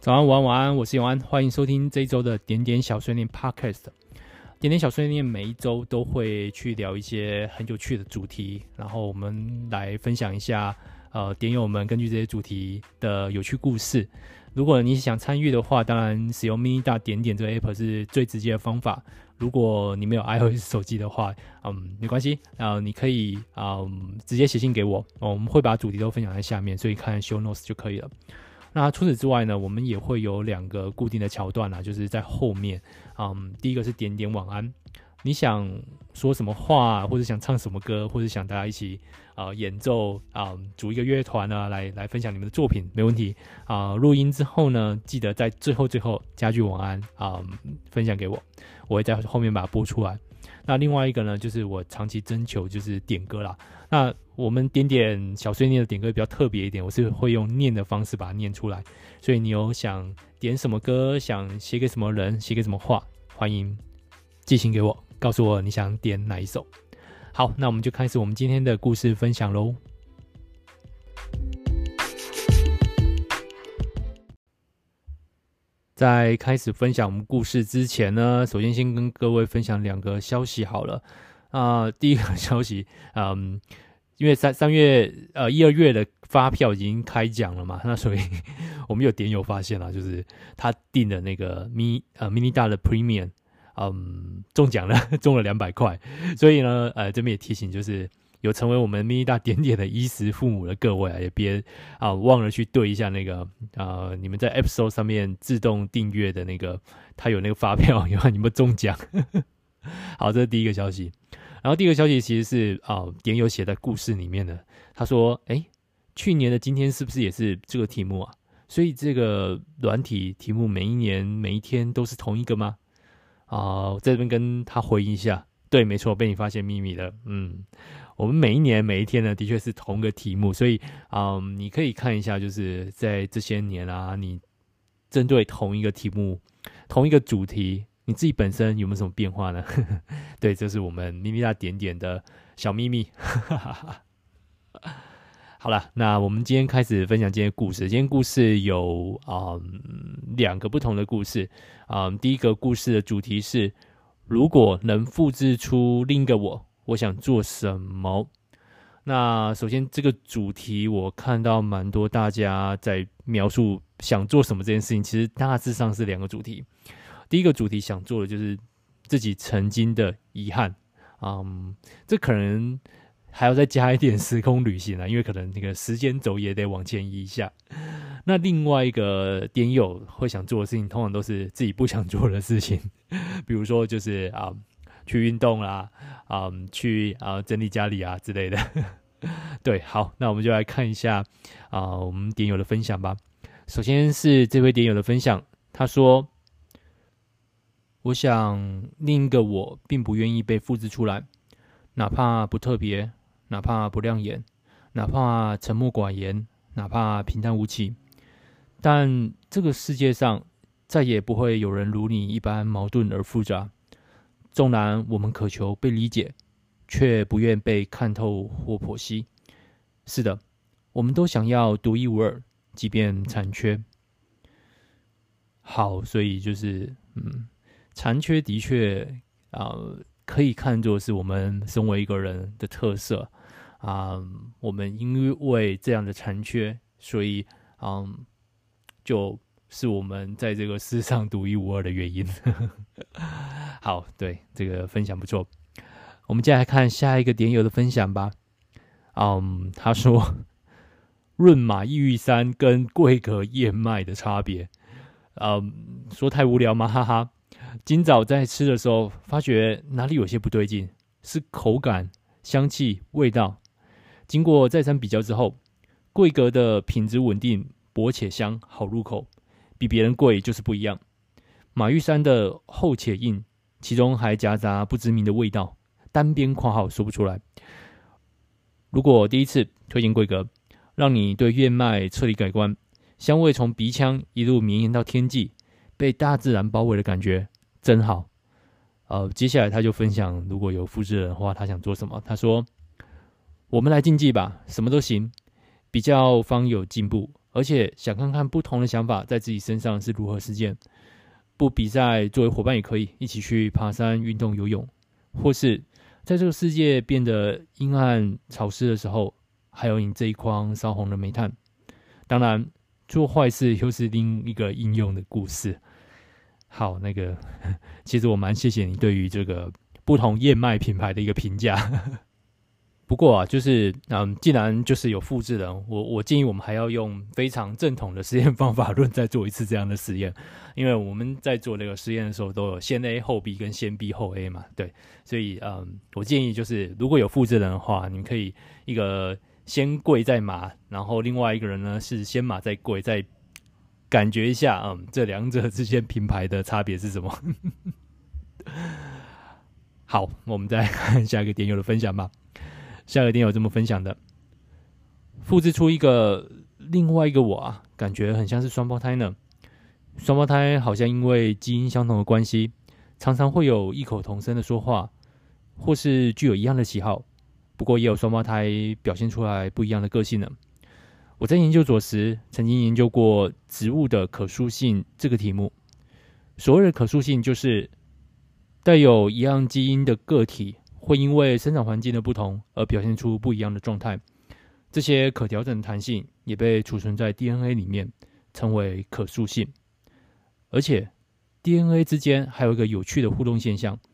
早安，午安，晚安，我是永安，欢迎收听这一周的点点小碎念 Podcast。点点小碎念每一周都会去聊一些很有趣的主题，然后我们来分享一下点友们根据这些主题的有趣故事。如果你想参与的话，当然使用 mini 大点点这个 app 是最直接的方法。如果你没有 iOS 手机的话，没关系，你可以直接写信给我，我们会把主题都分享在下面，所以看 show notes 就可以了。那除此之外呢，我们也会有2个固定的桥段啦，就是在后面，第一个是点点晚安，你想说什么话，或者想唱什么歌，或者想大家一起演奏组一个乐团啊，来分享你们的作品，没问题录音之后呢，记得在最后加句晚安分享给我，我会在后面把它播出来。那另外一个呢，就是我长期征求就是点歌啦。那我们点点小碎念的点歌比较特别一点，我是会用念的方式把它念出来。所以你有想点什么歌，想写给什么人，写给什么话，欢迎寄信给我，告诉我你想点哪一首。好，那我们就开始我们今天的故事分享咯。在开始分享我们故事之前呢，首先先跟各位分享2个消息好了。第一个消息，因为3月1、2月的发票已经开奖了嘛，那所以我们有点友发现啦，就是他订的那个mini 大的 premium，中奖了，中了200块，所以呢，这边也提醒，就是有成为我们 mini 大点点的衣食父母的各位也别忘了去对一下那个你们在 App Store 上面自动订阅的那个，它有那个发票，有没有中奖？好，这是第一个消息。然后第二个消息其实是点友写在故事里面的，他说去年的今天是不是也是这个题目啊？所以这个软体题目每一年每一天都是同一个吗？我在这边跟他回应一下，对，没错，被你发现秘密了。我们每一年每一天呢，的确是同个题目，所以你可以看一下，就是在这些年你针对同一个题目、同一个主题，你自己本身有没有什么变化呢？对，这是我们咪咪大点点的小秘密。好了，那我们今天开始分享今天的故事。今天故事有2个不同的故事。第一个故事的主题是，如果能复制出另一个我想做什么？那首先这个主题我看到蛮多大家在描述想做什么这件事情，其实大致上是2个主题。第一个主题想做的就是自己曾经的遗憾，这可能还要再加一点时空旅行因为可能那个时间轴也得往前移一下。那另外一个点友会想做的事情，通常都是自己不想做的事情，比如说就是去运动啦，去整理家里之类的。对，好，那我们就来看一下我们点友的分享吧。首先是这位点友的分享，他说：我想另一个我并不愿意被复制出来，哪怕不特别，哪怕不亮眼，哪怕沉默寡言，哪怕平淡无奇，但这个世界上再也不会有人如你一般矛盾而复杂。纵然我们渴求被理解，却不愿被看透或剖析。是的，我们都想要独一无二，即便残缺。好，所以就是残缺的确可以看作是我们身为一个人的特色我们因为这样的残缺，所以就是我们在这个世上独一无二的原因。好，对，这个分享不错。我们接下来看下一个点友的分享吧。他说润马抑郁山跟桂格燕麦的差别。说太无聊吗？哈哈。今早在吃的时候发觉哪里有些不对劲，是口感、香气、味道。经过再三比较之后，桂格的品质稳定，薄且香，好入口，比别人贵就是不一样。马玉山的厚且硬，其中还夹杂不知名的味道，单边括号说不出来。如果第一次推荐桂格，让你对燕麦彻底改观，香味从鼻腔一路绵延到天际，被大自然包围的感觉真好。接下来他就分享，如果有复制人的话，他想做什么？他说：“我们来竞技吧，什么都行，比较方有进步， 而且想看看不同的想法在自己身上是如何实践。不比赛，作为伙伴也可以一起去爬山、运动、游泳，或是在这个世界变得阴暗潮湿的时候，还有你这一筐烧红的煤炭。当然，做坏事又是另一个应用的故事。好，其实我蛮谢谢你对于这个不同燕麦品牌的一个评价。不过啊，就是既然就是有复制人，我建议我们还要用非常正统的实验方法论再做一次这样的实验，因为我们在做这个实验的时候都有先 A 后 B 跟先 B 后 A 嘛，对，所以我建议就是如果有复制人的话，你们可以一个先跪再马，然后另外一个人呢是先马再跪，再感觉一下这两者之间品牌的差别是什么。好，我们再看下一个点友的分享吧。下一个点友这么分享的：复制出另外一个我啊，感觉很像是双胞胎呢。双胞胎好像因为基因相同的关系，常常会有异口同声的说话，或是具有一样的喜好。不过也有双胞胎表现出来不一样的个性呢。我在研究所时，曾经研究过植物的可塑性这个题目。所谓的可塑性，就是带有一样基因的个体会因为生长环境的不同而表现出不一样的状态，这些可调整的弹性也被储存在 DNA 里面，称为可塑性。而且 DNA 之间还有一个有趣的互动现象，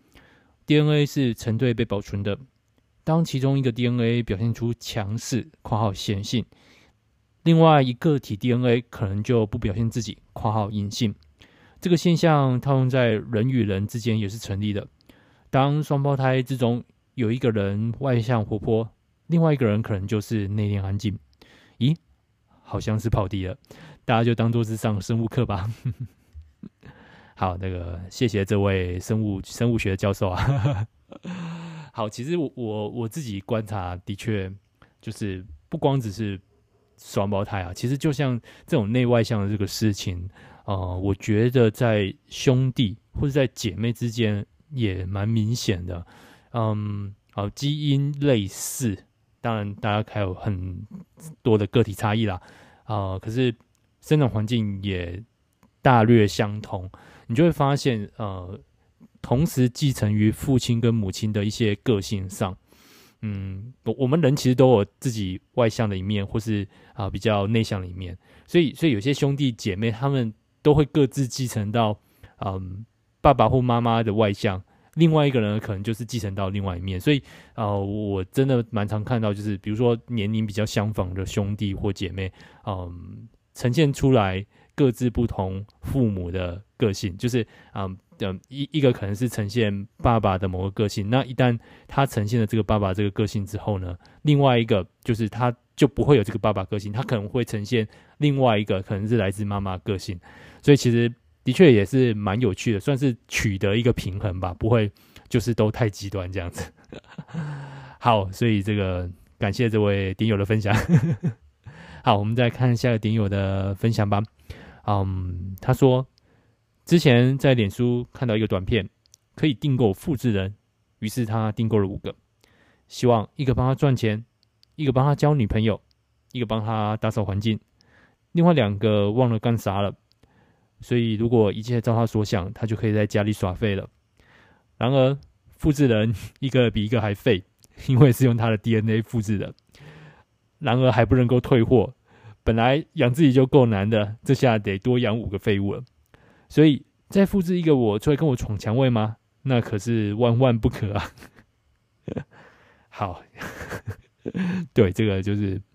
DNA 是成对被保存的，当其中一个 DNA 表现出强势（括号显性），另外一个体 DNA 可能就不表现自己（括号隐性）。这个现象套用在人与人之间也是成立的。当双胞胎之中有一个人外向活泼，另外一个人可能就是内敛安静。咦，好像是跑题了，大家就当作是上生物课吧。好，谢谢这位生物学的教授啊。好，其实我自己观察，的确就是不光只是双胞胎啊，其实就像这种内外向的这个事情，我觉得在兄弟或者在姐妹之间也蛮明显的。基因类似，当然大家还有很多的个体差异啦，可是生长环境也大略相同，你就会发现，同时继承于父亲跟母亲的一些个性上，我们人其实都有自己外向的一面，或是比较内向的一面，所以有些兄弟姐妹他们都会各自继承到，爸爸或妈妈的外向，另外一个人可能就是继承到另外一面，所以我真的蛮常看到，就是比如说年龄比较相仿的兄弟或姐妹，呈现出来各自不同父母的个性，就是一个可能是呈现爸爸的某个个性，那一旦他呈现了这个爸爸这个个性之后呢，另外一个就是他就不会有这个爸爸个性，他可能会呈现另外一个可能是来自妈妈个性，所以其实的确也是蛮有趣的，算是取得一个平衡吧，不会就是都太极端这样子。好，所以感谢这位点友的分享。好，我们再看下个点友的分享吧。他说之前在脸书看到一个短片，可以订购复制人，于是他订购了5个，希望一个帮他赚钱，一个帮他交女朋友，一个帮他打扫环境，另外2个忘了干啥了。所以如果一切照他所想，他就可以在家里耍废了。然而复制人一个比一个还废，因为是用他的 DNA 复制的，然而还不能够退货，本来养自己就够难的，这下得多养5个废物了。所以再复制一个我出来跟我闯墙位吗？那可是万万不可啊。好，对，这个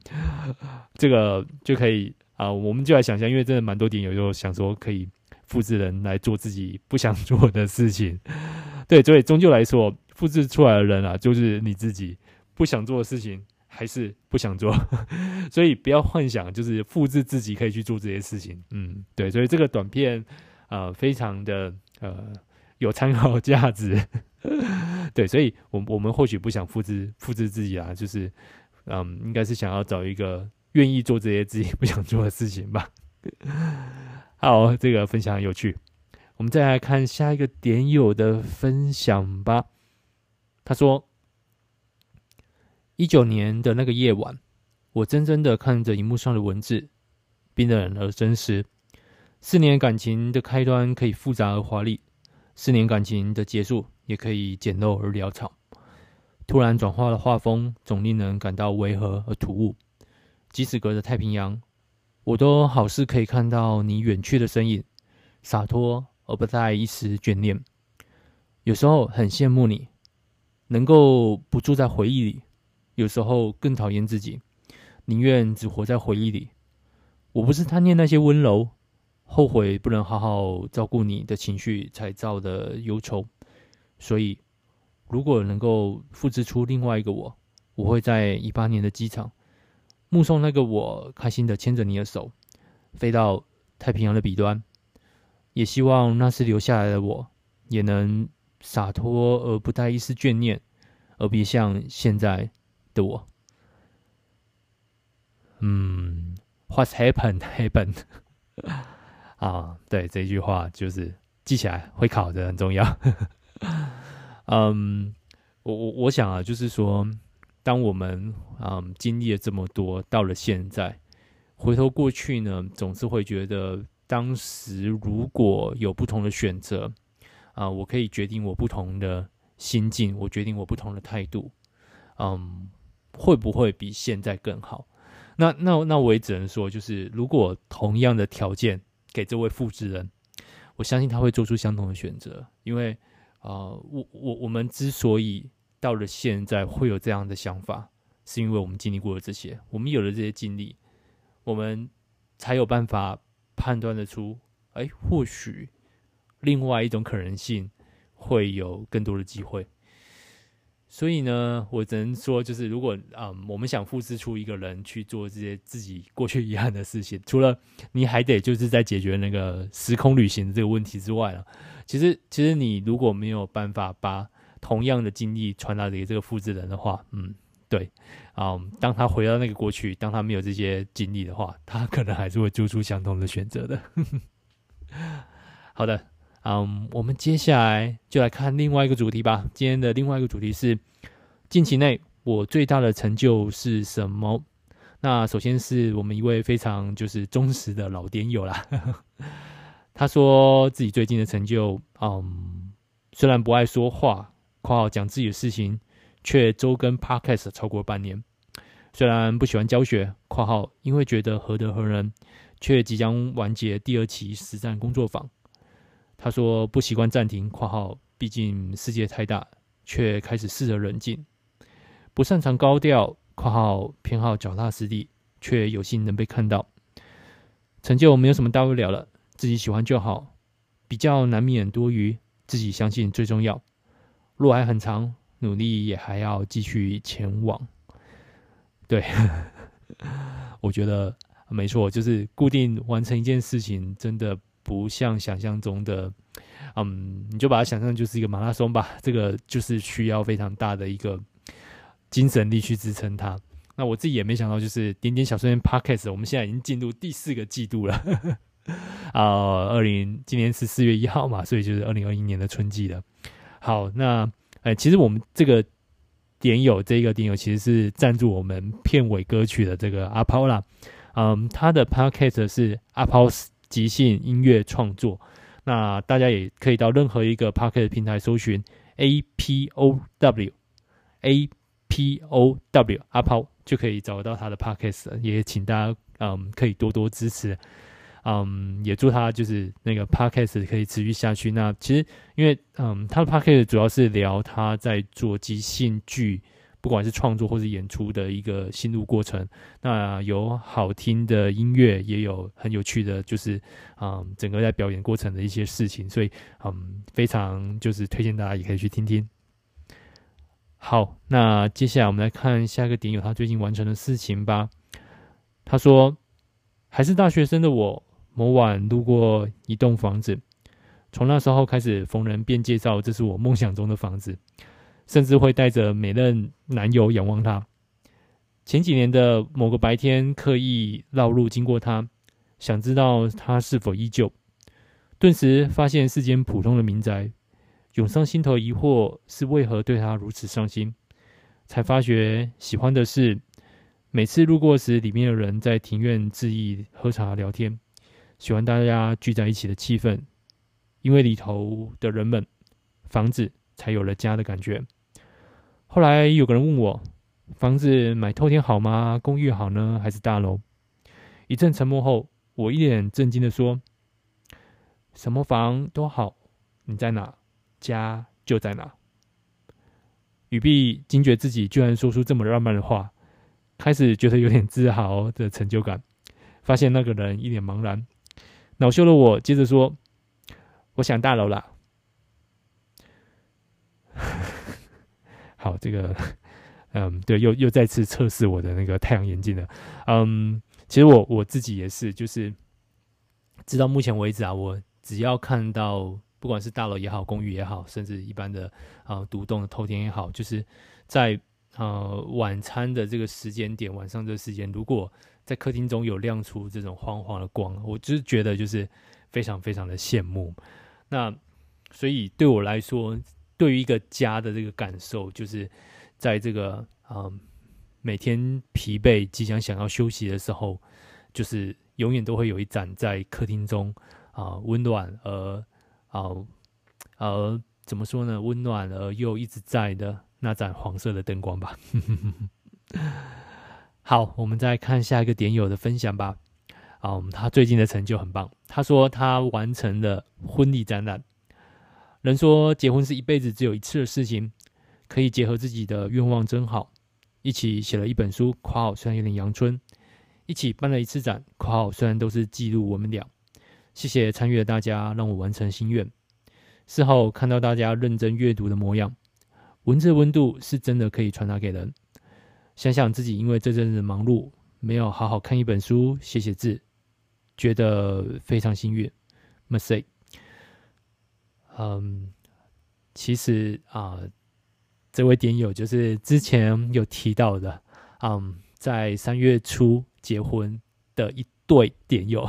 就可以我们就来想象，因为真的蛮多点友就想说可以复制人来做自己不想做的事情。对，所以终究来说，复制出来的人啊，就是你自己不想做的事情还是不想做。所以不要幻想就是复制自己可以去做这些事情。对，所以这个短片非常的有参考价值。对，所以我们或许不想复制自己啊，就是应该是想要找一个愿意做这些自己不想做的事情吧。好，这个分享很有趣。我们再来看下一个点友的分享吧。他说19年的那个夜晚，我怔怔的看着荧幕上的文字， 冰冷而真实。4年感情的开端可以复杂而华丽，4年感情的结束也可以简陋而潦草。突然转化的画风总令人感到违和而突兀。即使隔着太平洋，我都好似可以看到你远去的身影，洒脱而不带一丝眷恋。有时候很羡慕你，能够不住在回忆里；有时候更讨厌自己，宁愿只活在回忆里。我不是贪恋那些温柔，后悔不能好好照顾你的情绪才造的忧愁。所以，如果能够复制出另外一个我，我会在18年的机场，目送那个我开心地牵着你的手，飞到太平洋的彼端。也希望那时留下来的我，也能洒脱而不带一丝眷恋，而别像现在的我。What's happened happened 啊，对，这句话就是记起来会考的，很重要。我想啊，就是说，当我们经历了这么多，到了现在，回头过去呢，总是会觉得，当时如果有不同的选择我可以决定我不同的心境，我决定我不同的态度，会不会比现在更好？那我也只能说，就是如果同样的条件给这位复制人，我相信他会做出相同的选择，因为我们之所以到了现在会有这样的想法，是因为我们经历过了这些，我们有了这些经历，我们才有办法判断得出，或许另外一种可能性会有更多的机会。所以呢，我只能说，就是如果我们想复制出一个人去做这些自己过去遗憾的事情，除了你还得就是在解决那个时空旅行的这个问题之外了，其实你如果没有办法把同样的经历传达给这个复制人的话，对，当他回到那个过去，当他没有这些经历的话，他可能还是会做出相同的选择的。好的。我们接下来就来看另外一个主题吧。今天的另外一个主题是近期内我最大的成就是什么？那首先是我们一位非常就是忠实的老点友啦，他说自己最近的成就，虽然不爱说话（括号讲自己的事情），却周更 podcast 超过半年。虽然不喜欢教学（括号因为觉得何德何能），却即将完结第2期实战工作坊。他说不习惯暂停（括号毕竟世界太大），却开始试着冷静。不擅长高调（括号偏好脚踏实地），却有幸能被看到。成就没有什么大不了了，自己喜欢就好。比较难免多余，自己相信最重要。路还很长，努力也还要继续前往。对，我觉得没错，就是固定完成一件事情，真的不像想象中的，你就把它想象就是一个马拉松吧，这个就是需要非常大的一个精神力去支撑它。那我自己也没想到，就是点点小瞬间 Podcast， 我们现在已经进入第4个季度了。今年是4月1号嘛，所以就是2021年的春季了。好，那其实我们这个点友其实是赞助我们片尾歌曲的这个阿抛啦。他的 Podcast 是阿抛即兴音乐创作，那大家也可以到任何一个 Podcast 平台搜寻 APOW 阿抛，就可以找得到他的 Podcast。也请大家可以多多支持，也祝他就是那个 Podcast 可以持续下去。那其实因为他的 Podcast 主要是聊他在做即兴剧，不管是创作或是演出的一个心路过程，那有好听的音乐，也有很有趣的，就是整个在表演过程的一些事情，所以非常就是推荐大家也可以去听听。好，那接下来我们来看下一个点友他最近完成的事情吧。他说，还是大学生的我，某晚路过一栋房子，从那时候开始逢人便介绍这是我梦想中的房子。甚至会带着每任男友仰望他。前几年的某个白天，刻意绕路经过他，想知道他是否依旧。顿时发现是间普通的民宅，涌上心头疑惑是为何对他如此上心。才发觉喜欢的是每次路过时，里面的人在庭院致意喝茶聊天，喜欢大家聚在一起的气氛，因为里头的人们，房子才有了家的感觉。后来有个人问我，房子买透天好吗？公寓好呢，还是大楼？一阵沉默后，我一脸震惊地说：什么房都好，你在哪，家就在哪。语毕惊觉自己居然说出这么浪漫的话，开始觉得有点自豪的成就感。发现那个人一脸茫然，恼羞的我接着说：我想大楼啦。好，这个对，又再次测试我的那个太阳眼镜了。其实我自己也是，就是直到目前为止啊，我只要看到不管是大楼也好，公寓也好，甚至一般的独栋的透天也好，就是在晚餐的这个时间点，晚上这个时间，如果在客厅中有亮出这种黄黄的光，我就是觉得就是非常非常的羡慕。那所以对我来说，对于一个家的这个感受，就是在这个每天疲惫即将想要休息的时候，就是永远都会有一盏在客厅中温暖而怎么说呢？温暖而又一直在的那盏黄色的灯光吧。好，我们再看下一个点友的分享吧。他最近的成就很棒。他说他完成了婚礼展览。人说结婚是一辈子只有一次的事情，可以结合自己的愿望真好。一起写了一本书，括号虽然有点阳春，一起办了一次展，括号虽然都是记录我们俩。谢谢参与的大家，让我完成心愿。事后看到大家认真阅读的模样，文字的温度是真的可以传达给人。想想自己因为这阵子忙碌，没有好好看一本书，写写字，觉得非常幸运。mistake。其实这位点友就是之前有提到的，在3月初结婚的一对点友，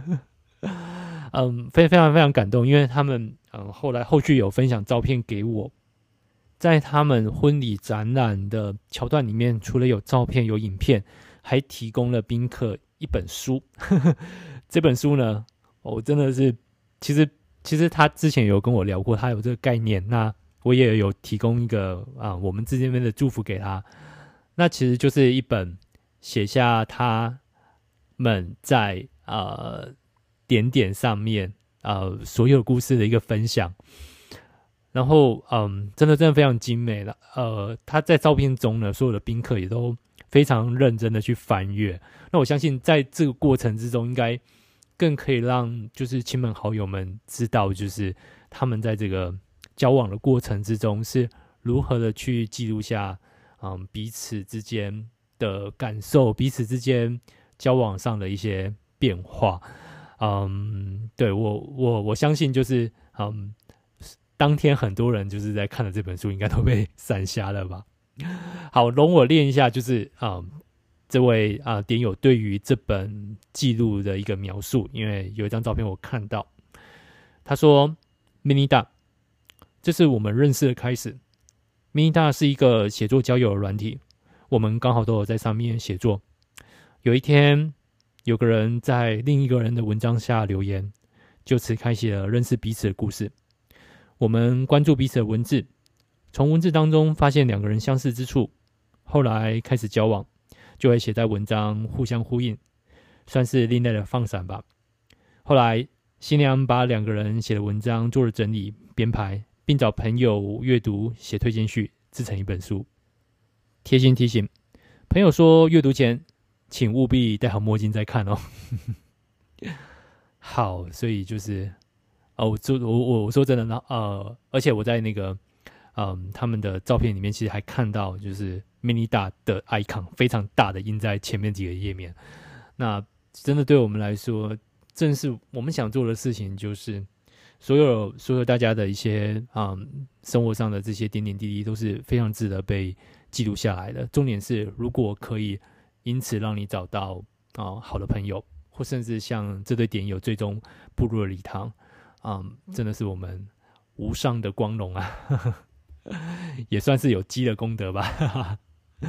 非常非常感动，因为他们后续有分享照片给我，在他们婚礼展览的桥段里面，除了有照片有影片，还提供了宾客一本书。这本书呢，我真的是其实他之前有跟我聊过，他有这个概念，那我也有提供一个我们这边的祝福给他。那其实就是一本写下他们在点点上面所有故事的一个分享。然后真的非常精美了。他在照片中呢，所有的宾客也都非常认真的去翻阅。那我相信在这个过程之中，应该更可以让就是亲朋好友们知道，就是他们在这个交往的过程之中是如何的去记录下彼此之间的感受，彼此之间交往上的一些变化。对，我相信就是当天很多人就是在看了这本书，应该都被闪瞎了吧。好，容我念一下，就是这位点友对于这本记录的一个描述，因为有一张照片我看到，他说 Minida， 这是我们认识的开始。Minida 是一个写作交友的软体，我们刚好都有在上面写作。有一天有个人在另一个人的文章下留言，就此开启了认识彼此的故事。我们关注彼此的文字，从文字当中发现两个人相似之处，后来开始交往，就会写在文章，互相呼应，算是另类的放闪吧。后来新娘把两个人写的文章做了整理编排，并找朋友阅读写推荐序，制成一本书。贴心提醒，朋友说阅读前请务必戴好墨镜再看哦。好，所以就是我说真的，而且我在那个他们的照片里面，其实还看到就是 Minida 的 icon 非常大的印在前面几个页面。那真的对我们来说，正是我们想做的事情，就是所有大家的一些生活上的这些点点滴滴，都是非常值得被记录下来的。重点是，如果可以因此让你找到好的朋友，或甚至像这对点友最终步入了礼堂，真的是我们无上的光荣啊。也算是有积了功德吧。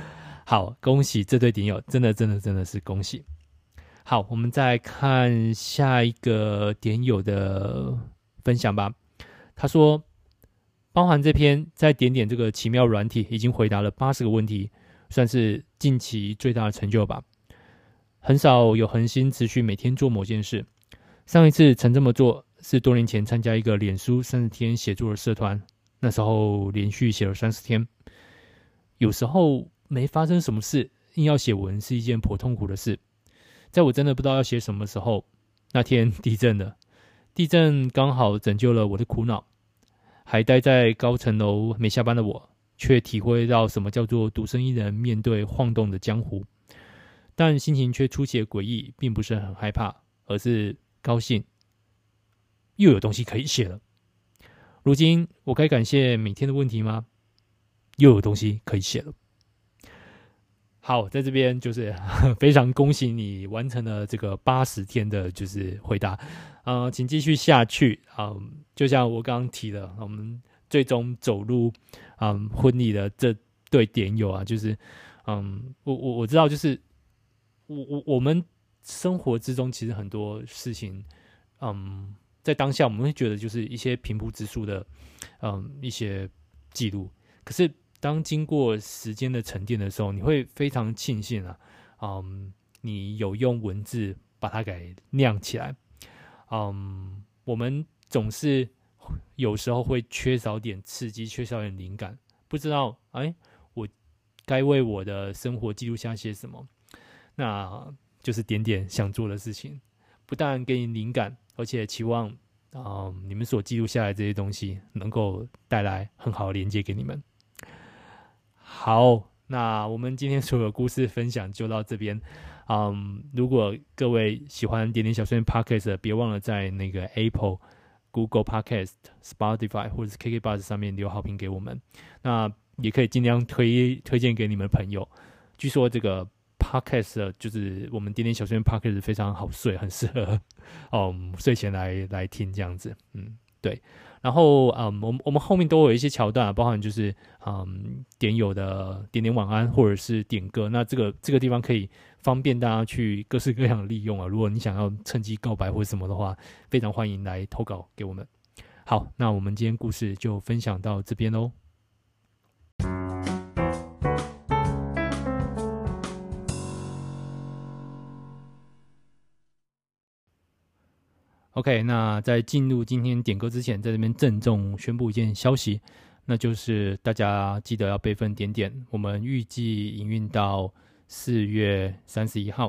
好，恭喜这对点友，真的是恭喜。好，我们再看下一个点友的分享吧。他说，包含这篇在点点这个奇妙软体已经回答了80个问题，算是近期最大的成就吧。很少有恒心持续每天做某件事，上一次曾这么做是多年前参加一个脸书30天写作的社团，那时候连续写了30天。有时候没发生什么事，硬要写文是一件颇痛苦的事。在我真的不知道要写什么时候，那天地震了，地震刚好拯救了我的苦恼。还待在高层楼没下班的我，却体会到什么叫做独身一人面对晃动的江湖，但心情却出奇的诡异，并不是很害怕，而是高兴，又有东西可以写了。如今我该感谢每天的问题吗？又有东西可以写了。好，在这边就是非常恭喜你完成了这个80天的就是回答，请继续下去。就像我刚刚提的，我们最终走入婚礼的这对点友啊，就是我知道，就是我们生活之中其实很多事情，在当下我们会觉得就是一些平铺直述的一些记录，可是当经过时间的沉淀的时候，你会非常庆幸啊，你有用文字把它给酿起来。我们总是有时候会缺少点刺激，缺少点灵感，不知道我该为我的生活记录下些什么。那就是点点想做的事情，不但给你灵感，而且期望你们所记录下来这些东西能够带来很好的连接给你们。好，那我们今天所有故事分享就到这边。如果各位喜欢点点小碎念 Podcast， 别忘了在那个 Apple、Google Podcast、Spotify 或者是 KKBOX 上面留好评给我们。那也可以尽量推荐给你们的朋友。据说这个 Podcast 就是我们点点小碎念 Podcast 非常好睡，很适合睡前来听这样子。对。然后我们后面都有一些桥段包含就是点友的点点晚安或者是点歌，那这个地方可以方便大家去各式各样的利用啊。如果你想要趁机告白或者什么的话，非常欢迎来投稿给我们。好，那我们今天故事就分享到这边咯。OK， 那在进入今天点歌之前，在这边郑重宣布一件消息，那就是大家记得要备份点点，我们预计营运到4月31号。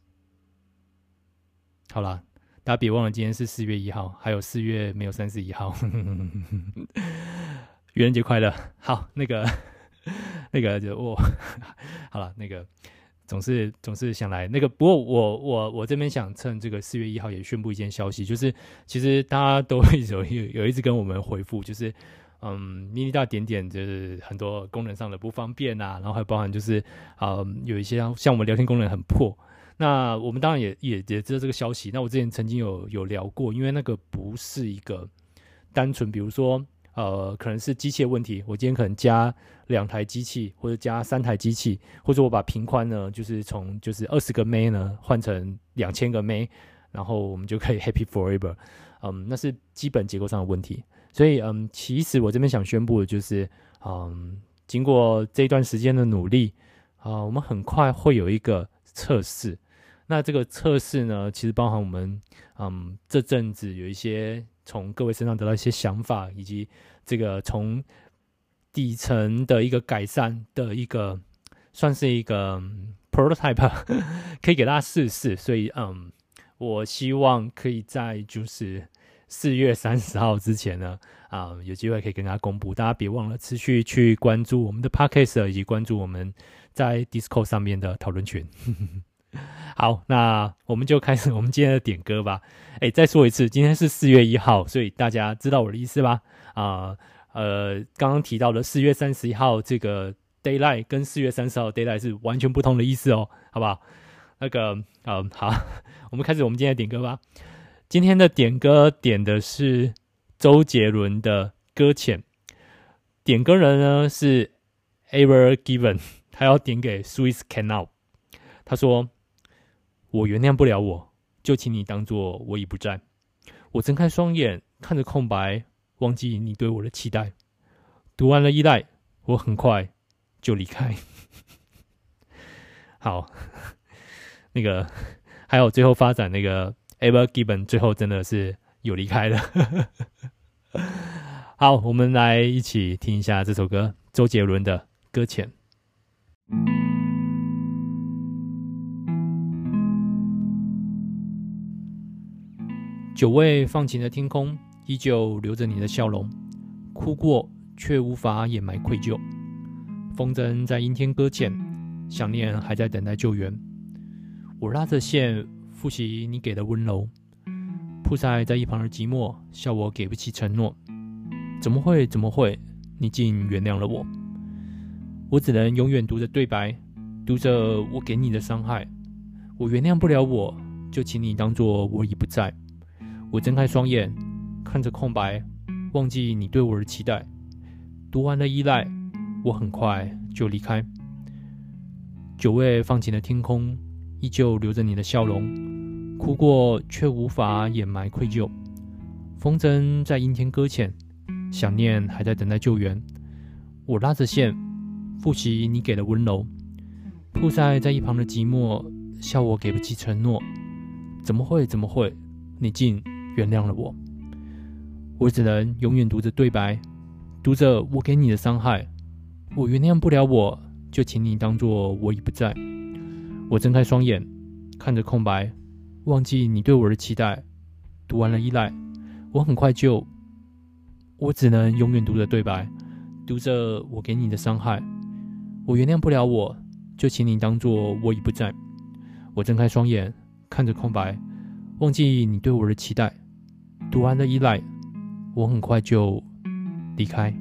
好啦，大家别忘了今天是4月1号，还有4月没有31号。愚人节快乐！好，那个就好了，那个。总是想来那个，不过我这边想趁这个4月1号也宣布一件消息，就是其实大家都会有一直跟我们回复，就是mini 大点点就是很多功能上的不方便啊，然后还包含就是有一些像我们聊天功能很破，那我们当然也知道这个消息。那我之前曾经有聊过，因为那个不是一个单纯，比如说可能是机器的问题，我今天可能加2台机器，或者加3台机器，或者我把频宽呢，就是从就是20个 M 呢换成2000个 M， 然后我们就可以 Happy Forever。那是基本结构上的问题。所以其实我这边想宣布的就是，经过这一段时间的努力，我们很快会有一个测试。那这个测试呢，其实包含我们这阵子有一些从各位身上得到一些想法，以及这个从底层的一个改善的一个算是一个prototype 可以给大家试试。所以我希望可以在就是4月30号之前呢有机会可以跟大家公布。大家别忘了持续去关注我们的 podcast 以及关注我们在 Discord 上面的讨论群。好，那我们就开始我们今天的点歌吧。再说一次，今天是4月1号，所以大家知道我的意思吧？刚刚提到的4月31号这个 Daylight 跟4月30号 Daylight 是完全不同的意思哦，好不好？那个好，我们开始我们今天的点歌吧。今天的点歌点的是周杰伦的《搁浅》，点歌人呢是 Ever Given， 还要点给 Swiss Canal。他说：“我原谅不了我，就请你当作我已不在。我睁开双眼，看着空白，忘记你对我的期待。读完了依赖，我很快就离开。”好，那个还有最后发展那个 Ever Given 最后真的是有离开了。好，我们来一起听一下这首歌，周杰伦的《搁浅》。久未放晴的天空，依旧留着你的笑容，哭过却无法掩埋愧疚。风筝在阴天搁浅，想念还在等待救援。我拉着线复习你给的温柔，曝晒在一旁的寂寞，笑我给不起承诺。怎么会？你竟原谅了我？我只能永远读着对白，读着我给你的伤害。我原谅不了我，就请你当作我已不在。我睁开双眼，看着空白，忘记你对我的期待。读完了依赖，我很快就离开。久未放晴的天空，依旧留着你的笑容，哭过却无法掩埋愧疚。风筝在阴天搁浅，想念还在等待救援。我拉着线，复习你给的温柔，曝晒在一旁的寂寞，笑我给不起承诺。怎么会？你竟原谅了我？我只能永远读着对白，读着我给你的伤害。我原谅不了我，就请你当作我已不在。我睁开双眼，看着空白，忘记你对我的期待。读完了依赖，我很快就……我只能永远读着对白，读着我给你的伤害。我原谅不了我，就请你当作我已不在。我睁开双眼，看着空白，忘记你对我的期待。读完了依赖，我很快就离开。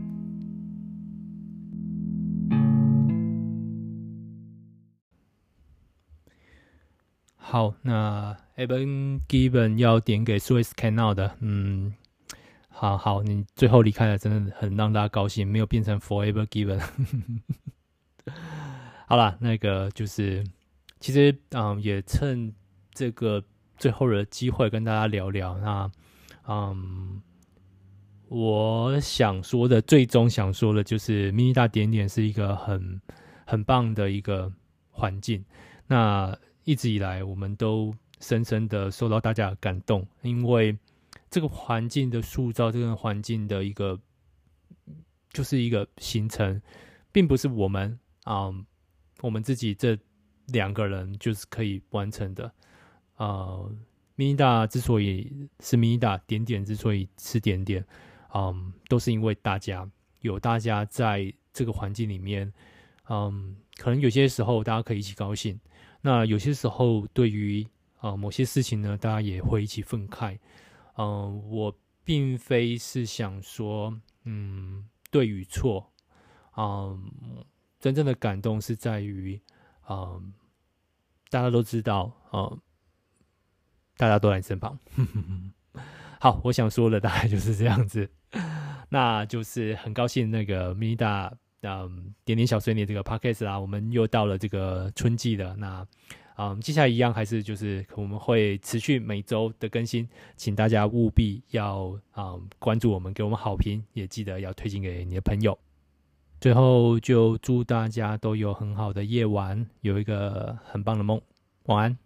好，那 Ever Given 要点给 Swiss Canal 的，好，你最后离开了，真的很让大家高兴，没有变成 Forever Given。好啦，那个就是其实也趁这个最后的机会跟大家聊聊。那我最终想说的就是咪咪大点点是一个很棒的一个环境。那一直以来我们都深深的受到大家的感动，因为这个环境的塑造，这个环境的一个就是一个形成，并不是我们自己这2个人就是可以完成的。咪咪大之所以是咪咪大，点点之所以是点点，都是因为大家在这个环境里面，可能有些时候大家可以一起高兴，那有些时候对于某些事情呢，大家也会一起愤慨。我并非是想说，对与错，真正的感动是在于，大家都知道，大家都在身旁。好，我想说的大概就是这样子。那就是很高兴那个咪咪大点点小碎念这个 podcast 啦，我们又到了这个春季了。那接下来一样还是就是我们会持续每周的更新，请大家务必要关注我们，给我们好评，也记得要推荐给你的朋友。最后就祝大家都有很好的夜晚，有一个很棒的梦，晚安。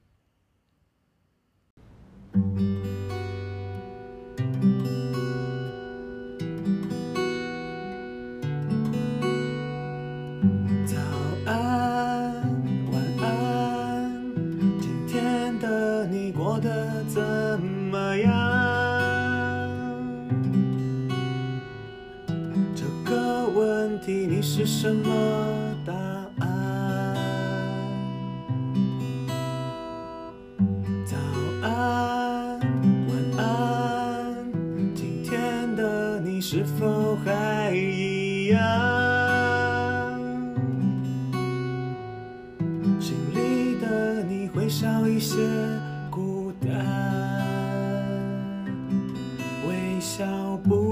早安，晚安，今天的你过得怎么样？这个问题你是什么答案？早安，晚安，今天的你是否还一样？心里的你会少一些孤单，微笑不